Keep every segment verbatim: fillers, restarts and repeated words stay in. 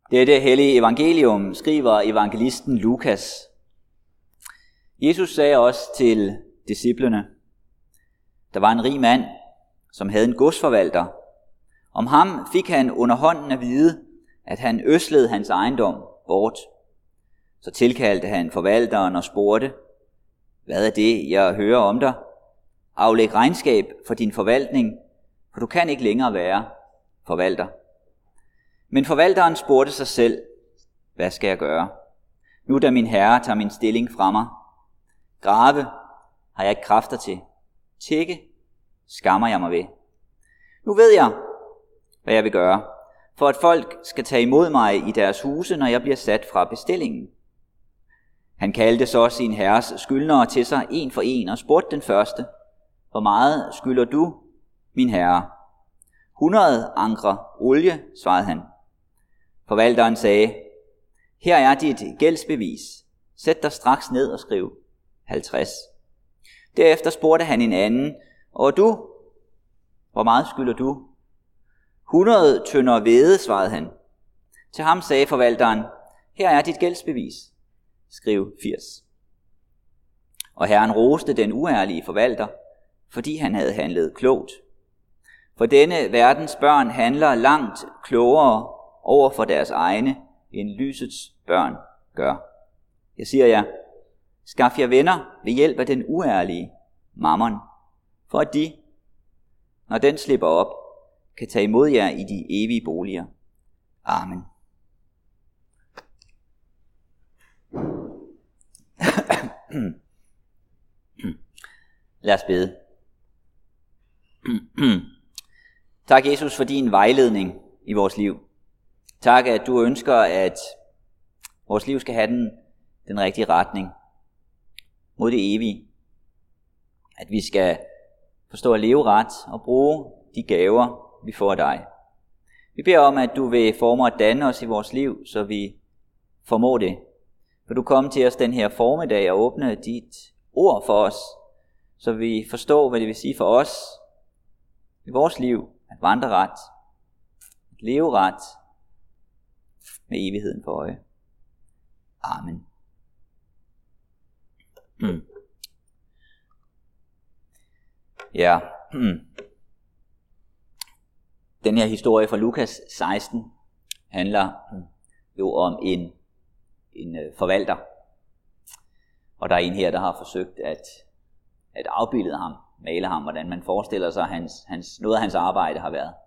Dette hellige evangelium skriver evangelisten Lukas. Jesus sagde også til disciplene: Der var en rig mand, som havde en godsforvalter. Om ham fik han under hånden at vide, at han ødslede hans ejendom bort. Så tilkaldte han forvalteren og spurgte: Hvad er det, jeg hører om dig? Aflæg regnskab for din forvaltning, for du kan ikke længere være forvalter. Men forvalteren spurgte sig selv: Hvad skal jeg gøre? Nu da min herre tager min stilling fra mig. Grave har jeg ikke kræfter til. Tikke skammer jeg mig ved. Nu ved jeg, hvad jeg vil gøre, for at folk skal tage imod mig i deres huse, når jeg bliver sat fra bestillingen. Han kaldte så sin herres skyldnere til sig en for en og spurgte den første: Hvor meget skylder du, min herre? hundrede ankre olie, svarede han. Forvalteren sagde: Her er dit gældsbevis. Sæt dig straks ned og skriv halvtreds. Derefter spurgte han en anden: Og du? Hvor meget skylder du? hundrede tønder hvede, svarede han. Til ham sagde forvalteren: Her er dit gældsbevis. Skriv firs. Og herren roste den uærlige forvalter, fordi han havde handlet klogt. For denne verdens børn handler langt klogere over for deres egne, end lysets børn gør. Jeg siger jer, skaf jer venner ved hjælp af den uærlige mammon, for at de, når den slipper op, kan tage imod jer i de evige boliger. Amen. Lad os bede. Tak, Jesus, for din vejledning i vores liv. Tak, at du ønsker, at vores liv skal have den, den rigtige retning mod det evige. At vi skal forstå at leve ret og bruge de gaver, vi får af dig. Vi beder om, at du vil forme og danne os i vores liv, så vi formår det. For du kom til os den her formiddag og åbne dit ord for os, så vi forstår, hvad det vil sige for os i vores liv, at vandre ret, at leve ret med evigheden for øje. Amen. Mm. Ja. Mm. Den her historie fra Lukas seksten handler jo om en, en forvalter. Og der er en her, der har forsøgt at, at afbilde ham, male ham, hvordan man forestiller sig, hans, hans, noget af hans arbejde har været.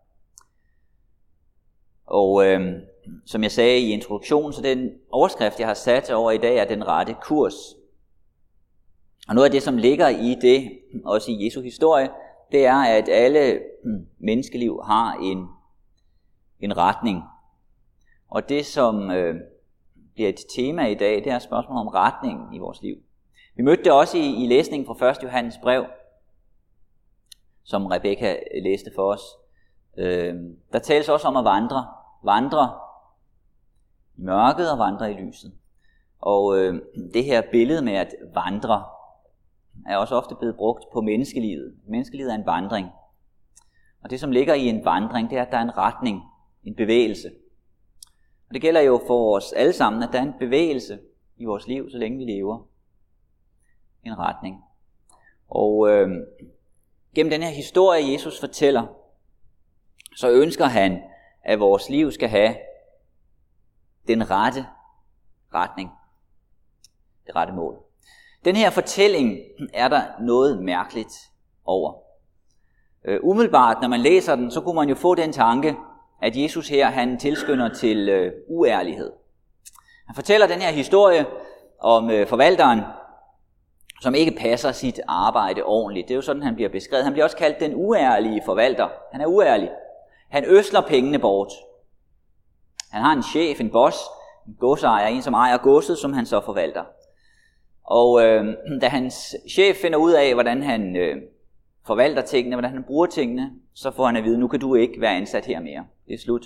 Og øh, som jeg sagde i introduktionen, så den overskrift, jeg har sat over i dag, er den rette kurs. Og noget af det, som ligger i det, også i Jesu historie, det er, at alle menneskeliv har en, en retning. Og det, som øh, bliver et tema i dag, det er spørgsmålet om retningen i vores liv. Vi mødte det også i, i læsningen fra første Johannes brev, som Rebecca læste for os. Øh, der tales også om at vandre. Vandre i mørket og vandre i lyset. Og øh, det her billede med at vandre er også ofte blevet brugt på menneskelivet. Menneskelivet er en vandring. Og det, som ligger i en vandring, det er, at der er en retning, en bevægelse. Og det gælder jo for os alle sammen, at der er en bevægelse i vores liv, så længe vi lever. En retning. Og øh, gennem den her historie, Jesus fortæller, så ønsker han, at vores liv skal have den rette retning. Det rette mål. Den her fortælling er der noget mærkeligt over. Uh, umiddelbart, når man læser den, så kunne man jo få den tanke, at Jesus her, han tilskynder til uh, uærlighed. Han fortæller den her historie om uh, forvalteren, som ikke passer sit arbejde ordentligt. Det er jo sådan, han bliver beskrevet. Han bliver også kaldt den uærlige forvalter. Han er uærlig. Han ødsler pengene bort. Han har en chef, en boss, en godsejer, en som ejer godset, som han så forvalter. Og øh, da hans chef finder ud af, hvordan han øh, forvalter tingene, hvordan han bruger tingene, så får han at vide, nu kan du ikke være ansat her mere. Det er slut.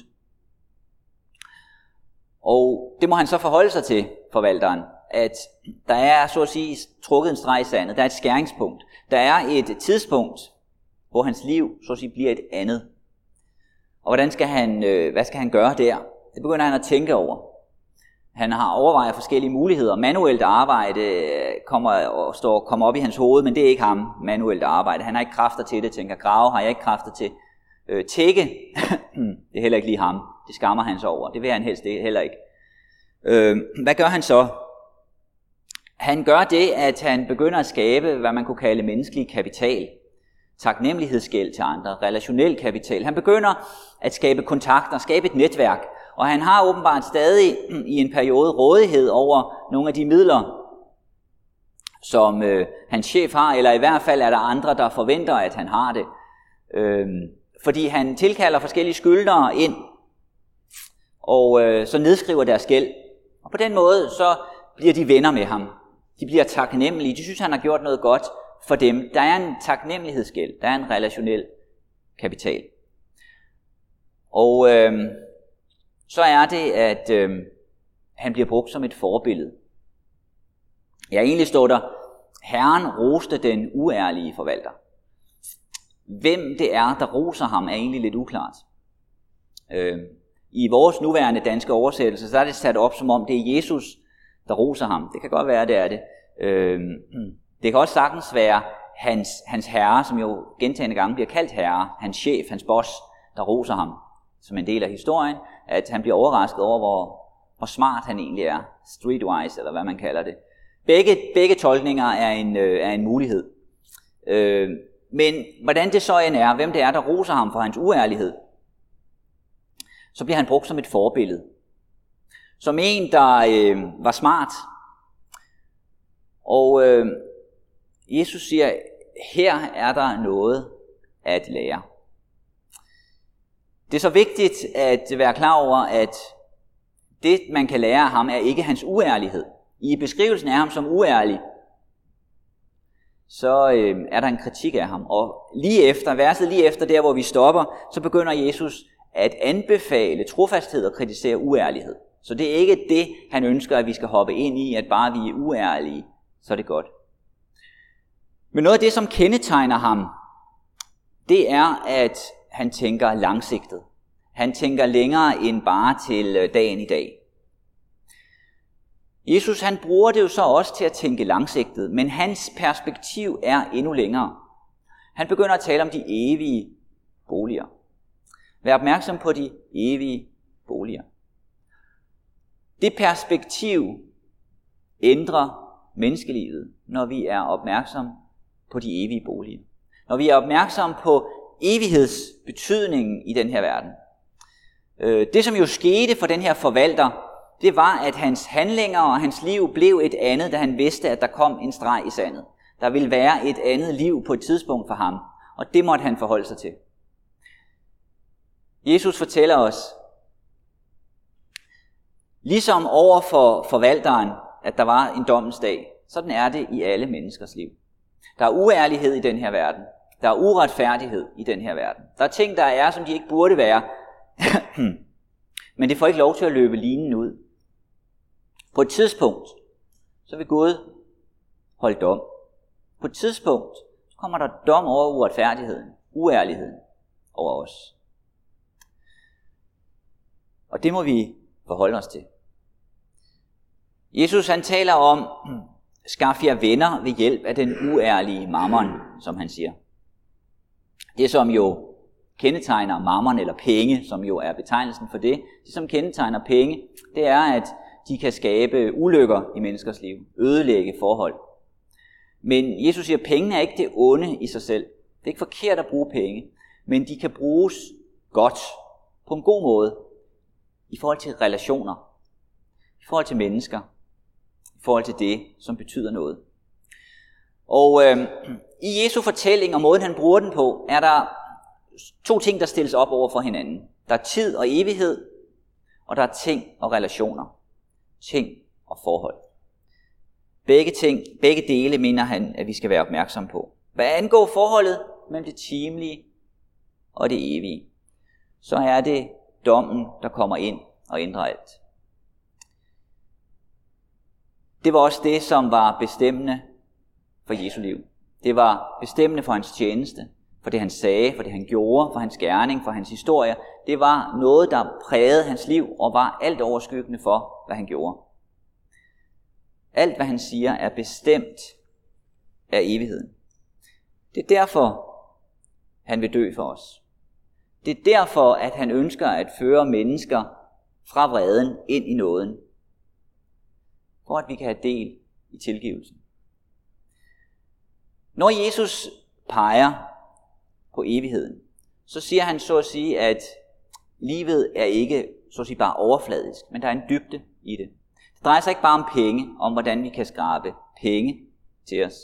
Og det må han så forholde sig til, forvalteren, at der er så at sige trukket en streg i sandet. Der er et skæringspunkt. Der er et tidspunkt, hvor hans liv så at sige bliver et andet. Og hvordan skal han, øh, hvad skal han gøre der? Det begynder han at tænke over. Han har overvejet forskellige muligheder. Manuelt arbejde kommer, og står, kommer op i hans hoved, men det er ikke ham, manuelt arbejde. Han har ikke kræfter til det, tænker Grave har jeg ikke kræfter til. Øh, tække, det er heller ikke lige ham. Det skammer han sig over. Det vil han helst det heller ikke. Øh, hvad gør han så? Han gør det, at han begynder at skabe, hvad man kunne kalde menneskelig kapital. Taknemmelighedsgæld til andre, relationel kapital. Han begynder at skabe kontakter, skabe et netværk. Og han har åbenbart stadig i en periode rådighed over nogle af de midler, som øh, hans chef har, eller i hvert fald er der andre, der forventer, at han har det. Øh, fordi han tilkalder forskellige skyldnere ind, og øh, så nedskriver deres gæld. Og på den måde, så bliver de venner med ham. De bliver taknemmelige. De synes, han har gjort noget godt for dem. Der er en taknemmelighedsgæld. Der er en relationel kapital. Og øh, så er det, at øh, han bliver brugt som et forbillede. Ja, egentlig står der, Herren roste den uærlige forvalter. Hvem det er, der roser ham, er egentlig lidt uklart. Øh, I vores nuværende danske oversættelse, så er det sat op, som om det er Jesus, der roser ham. Det kan godt være, det er det. Øh, det kan også sagtens være hans, hans herre, som jo gentagne gange bliver kaldt herre, hans chef, hans boss, der roser ham som en del af historien, at han bliver overrasket over, hvor, hvor smart han egentlig er. Streetwise, eller hvad man kalder det. Begge, begge tolkninger er en, øh, er en mulighed. Øh, men hvordan det så end er, hvem det er, der roser ham for hans uærlighed, så bliver han brugt som et forbillede. Som en, der øh, var smart. Og øh, Jesus siger, her er der noget at lære. Det er så vigtigt at være klar over, at det, man kan lære af ham, er ikke hans uærlighed. I beskrivelsen af ham som uærlig, så øh, er der en kritik af ham. Og lige efter, verset lige efter der, hvor vi stopper, så begynder Jesus at anbefale trofasthed og kritisere uærlighed. Så det er ikke det, han ønsker, at vi skal hoppe ind i, at bare vi er uærlige, så er det godt. Men noget af det, som kendetegner ham, det er, at han tænker langsigtet. Han tænker længere end bare til dagen i dag. Jesus, han bruger det jo så også til at tænke langsigtet, men hans perspektiv er endnu længere. Han begynder at tale om de evige boliger. Vær opmærksom på de evige boliger. Det perspektiv ændrer menneskelivet, når vi er opmærksom på de evige boliger. Når vi er opmærksom på evighedsbetydningen i den her verden. Det, som jo skete for den her forvalter, det var, at hans handlinger og hans liv blev et andet, da han vidste, at der kom en streg i sandet. Der ville være et andet liv på et tidspunkt for ham, og det måtte han forholde sig til. Jesus fortæller os, ligesom over for forvalteren, at der var en dommens dag, sådan er det i alle menneskers liv. Der er uærlighed i den her verden. Der er uretfærdighed i den her verden. Der er ting, der er, som de ikke burde være. Men det får ikke lov til at løbe linen ud. På et tidspunkt, så vil Gud holde dom. På et tidspunkt, så kommer der dom over uretfærdigheden, uærligheden over os. Og det må vi forholde os til. Jesus, han taler om, skaf jer venner ved hjælp af den uærlige mammon, som han siger. Det, som jo kendetegner mammon eller penge, som jo er betegnelsen for det, det som kendetegner penge, det er, at de kan skabe ulykker i menneskers liv, ødelægge forhold. Men Jesus siger, at pengene er ikke det onde i sig selv. Det er ikke forkert at bruge penge, men de kan bruges godt, på en god måde, i forhold til relationer, i forhold til mennesker, i forhold til det, som betyder noget. Og øh, i Jesu fortælling og måden, han bruger den på, er der to ting, der stilles op over for hinanden. Der er tid og evighed, og der er ting og relationer. Ting og forhold. Begge ting, begge dele mener han, at vi skal være opmærksom på. Hvad angår forholdet mellem det timelige og det evige, så er det dommen, der kommer ind og ændrer alt. Det var også det, som var bestemmende for Jesu liv. Det var bestemmende for hans tjeneste, for det han sagde, for det han gjorde, for hans gerning, for hans historie. Det var noget, der prægede hans liv og var alt overskyggende for, hvad han gjorde. Alt, hvad han siger, er bestemt af evigheden. Det er derfor, han vil dø for os. Det er derfor, at han ønsker at føre mennesker fra vreden ind i nåden, for at vi kan have del i tilgivelsen. Når Jesus peger på evigheden, så siger han så at sige, at livet er ikke så at sige bare overfladisk, men der er en dybde i det. Det drejer sig ikke bare om penge, om hvordan vi kan skrabe penge til os.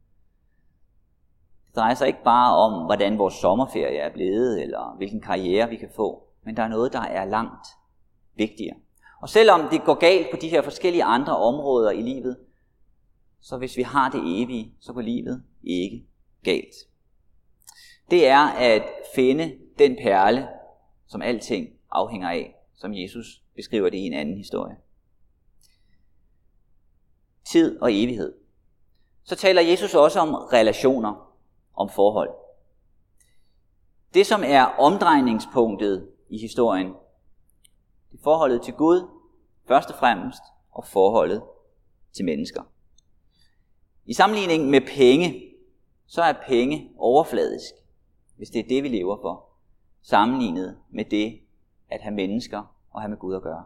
Det drejer sig ikke bare om, hvordan vores sommerferie er blevet, eller hvilken karriere vi kan få, men der er noget, der er langt vigtigere. Og selvom det går galt på de her forskellige andre områder i livet, så hvis vi har det evige, så går livet ikke galt. Det er at finde den perle, som alting afhænger af, som Jesus beskriver det i en anden historie. Tid og evighed. Så taler Jesus også om relationer, om forhold. Det, som er omdrejningspunktet i historien, det er forholdet til Gud, først og fremmest, og forholdet til mennesker. I sammenligning med penge, så er penge overfladisk, hvis det er det, vi lever for, sammenlignet med det at have mennesker og have med Gud at gøre.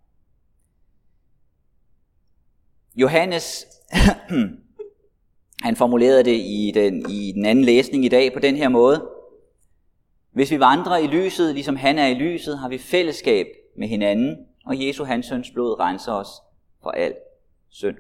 Johannes, han formulerede det i den, i den anden læsning i dag på den her måde. Hvis vi vandrer i lyset, ligesom han er i lyset, har vi fællesskab med hinanden, og Jesu hans søns blod renser os for al synd.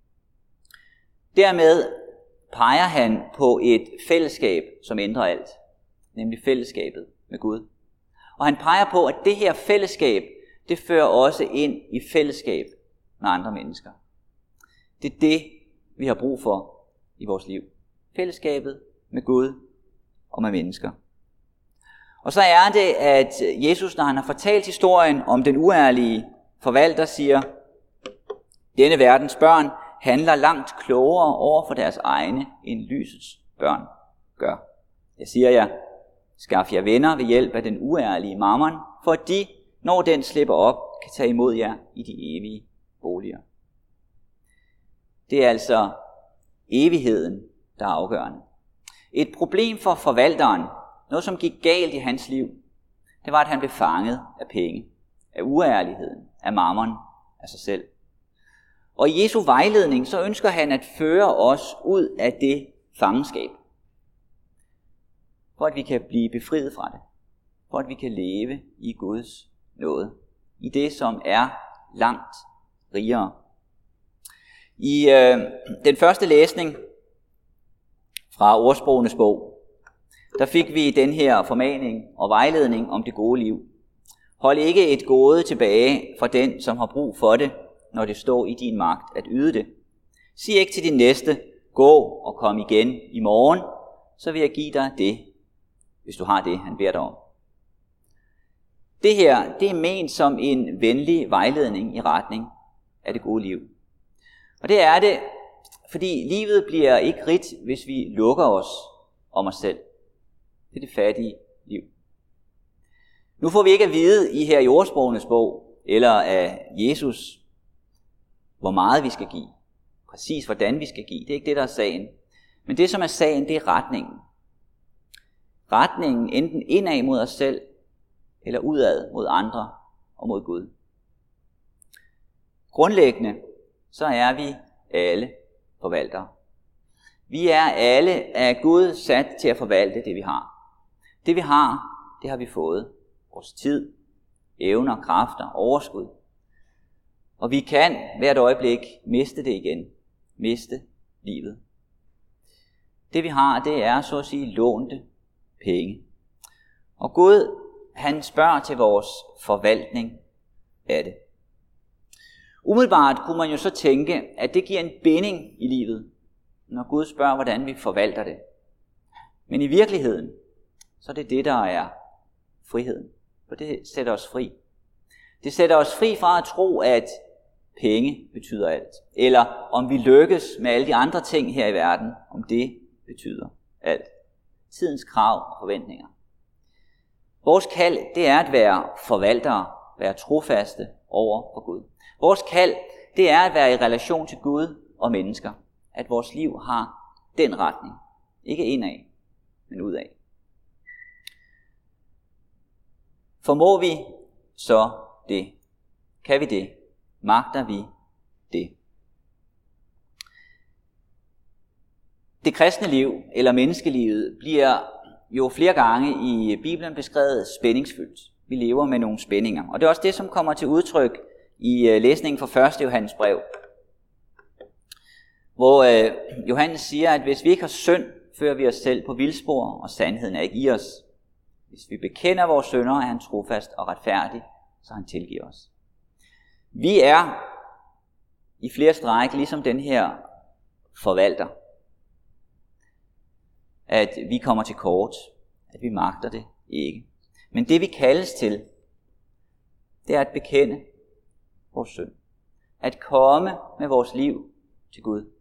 Dermed peger han på et fællesskab, som ændrer alt, nemlig fællesskabet med Gud. Og han peger på, at det her fællesskab, det fører også ind i fællesskab med andre mennesker. Det er det, vi har brug for i vores liv. Fællesskabet med Gud og med mennesker. Og så er det, at Jesus, når han har fortalt historien om den uærlige forvalter, siger, denne verdens børn handler langt klogere over for deres egne, end lysets børn gør. Jeg siger jer, skaff jer venner ved hjælp af den uærlige mammon, for at de, når den slipper op, kan tage imod jer i de evige boliger. Det er altså evigheden, der er afgørende. Et problem for forvalteren, noget som gik galt i hans liv, det var, at han blev fanget af penge, af uærligheden, af mammon, af sig selv. Og i Jesu vejledning, så ønsker han at føre os ud af det fangenskab, for at vi kan blive befriet fra det, for at vi kan leve i Guds nåde, i det, som er langt rigere. I øh, den første læsning fra Ordsprogenes bog, der fik vi den her formaning og vejledning om det gode liv. Hold ikke et gode tilbage fra den, som har brug for det, når det står i din magt at yde det. Sig ikke til din næste, gå og kom igen i morgen, så vil jeg give dig det, hvis du har det, han beder dig om. Det her, det er ment som en venlig vejledning i retning af det gode liv. Og det er det, fordi livet bliver ikke rigt, hvis vi lukker os om os selv. Det er det fattige liv. Nu får vi ikke at vide i her i Ordsprogenes bog, eller af Jesus, hvor meget vi skal give. Præcis hvordan vi skal give. Det er ikke det, der er sagen. Men det, som er sagen, det er retningen. Retningen enten indad mod os selv, eller udad mod andre og mod Gud. Grundlæggende, så er vi alle forvaltere. Vi er alle af Gud sat til at forvalte det, vi har. Det, vi har, det har vi fået. Vores tid, evner, kræfter, overskud. Og vi kan hvert øjeblik miste det igen. Miste livet. Det, vi har, det er så at sige lånte penge. Og Gud, han spørger til vores forvaltning af det. Umiddelbart kunne man jo så tænke, at det giver en binding i livet, når Gud spørger, hvordan vi forvalter det. Men i virkeligheden, så er det det, der er friheden. For det sætter os fri. Det sætter os fri fra at tro, at penge betyder alt. Eller om vi lykkes med alle de andre ting her i verden, om det betyder alt. tidens krav og forventninger. Vores kald, det er at være forvaltere, være trofaste over for Gud. Vores kald, det er at være i relation til Gud og mennesker. At vores liv har den retning. Ikke indad, men udad. Formår vi så det? Kan vi det? Magter vi det? Det kristne liv, eller menneskelivet, bliver jo flere gange i Bibelen beskrevet spændingsfyldt. Vi lever med nogle spændinger. Og det er også det, som kommer til udtryk i læsningen fra første Johannes brev. Hvor øh, Johannes siger, at hvis vi ikke har synd, fører vi os selv på vildspor, og sandheden er ikke i os. Hvis vi bekender vores synder, er han trofast og retfærdig, så han tilgiver os. Vi er i flere stræk ligesom den her forvalter. At vi kommer til kort, at vi magter det ikke. Men det vi kaldes til, det er at bekende vores synd. At komme med vores liv til Gud.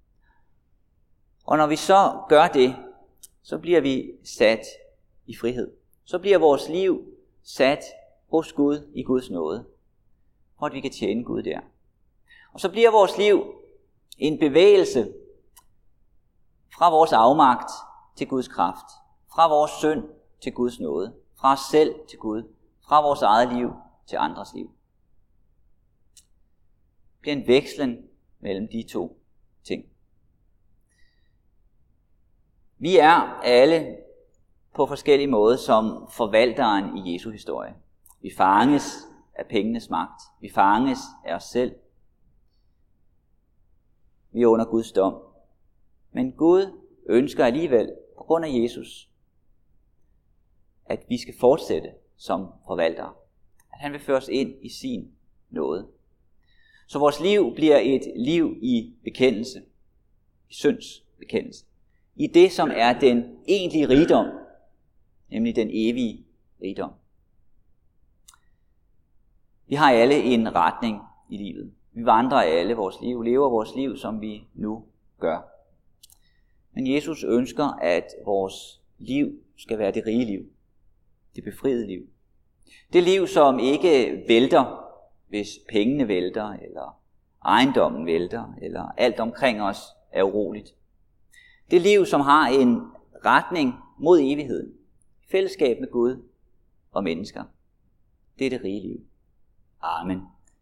Og når vi så gør det, så bliver vi sat i frihed. Så bliver vores liv sat hos Gud i Guds nåde, for at vi kan tjene Gud der. Og så bliver vores liv en bevægelse fra vores afmagt til Guds kraft, fra vores synd til Guds nåde, fra os selv til Gud, fra vores eget liv til andres liv. Det bliver en vekslen mellem de to ting. Vi er alle på forskellige måder som forvalteren i Jesu historie. Vi fanges af pengenes magt. Vi fanges af os selv. Vi er under Guds dom. Men Gud ønsker alligevel, på grund af Jesus, at vi skal fortsætte som forvaltere. At han vil føre os ind i sin nåde. Så vores liv bliver et liv i bekendelse. I synds bekendelse. I det, som er den egentlige rigdom, nemlig den evige rigdom. Vi har alle en retning i livet. Vi vandrer alle vores liv, lever vores liv, som vi nu gør. Men Jesus ønsker, at vores liv skal være det rige liv. Det befriede liv. Det liv, som ikke vælter, hvis pengene vælter, eller ejendommen vælter, eller alt omkring os er uroligt. Det liv, som har en retning mod evigheden. Fællesskab med Gud og mennesker. Det er det rige liv. Amen.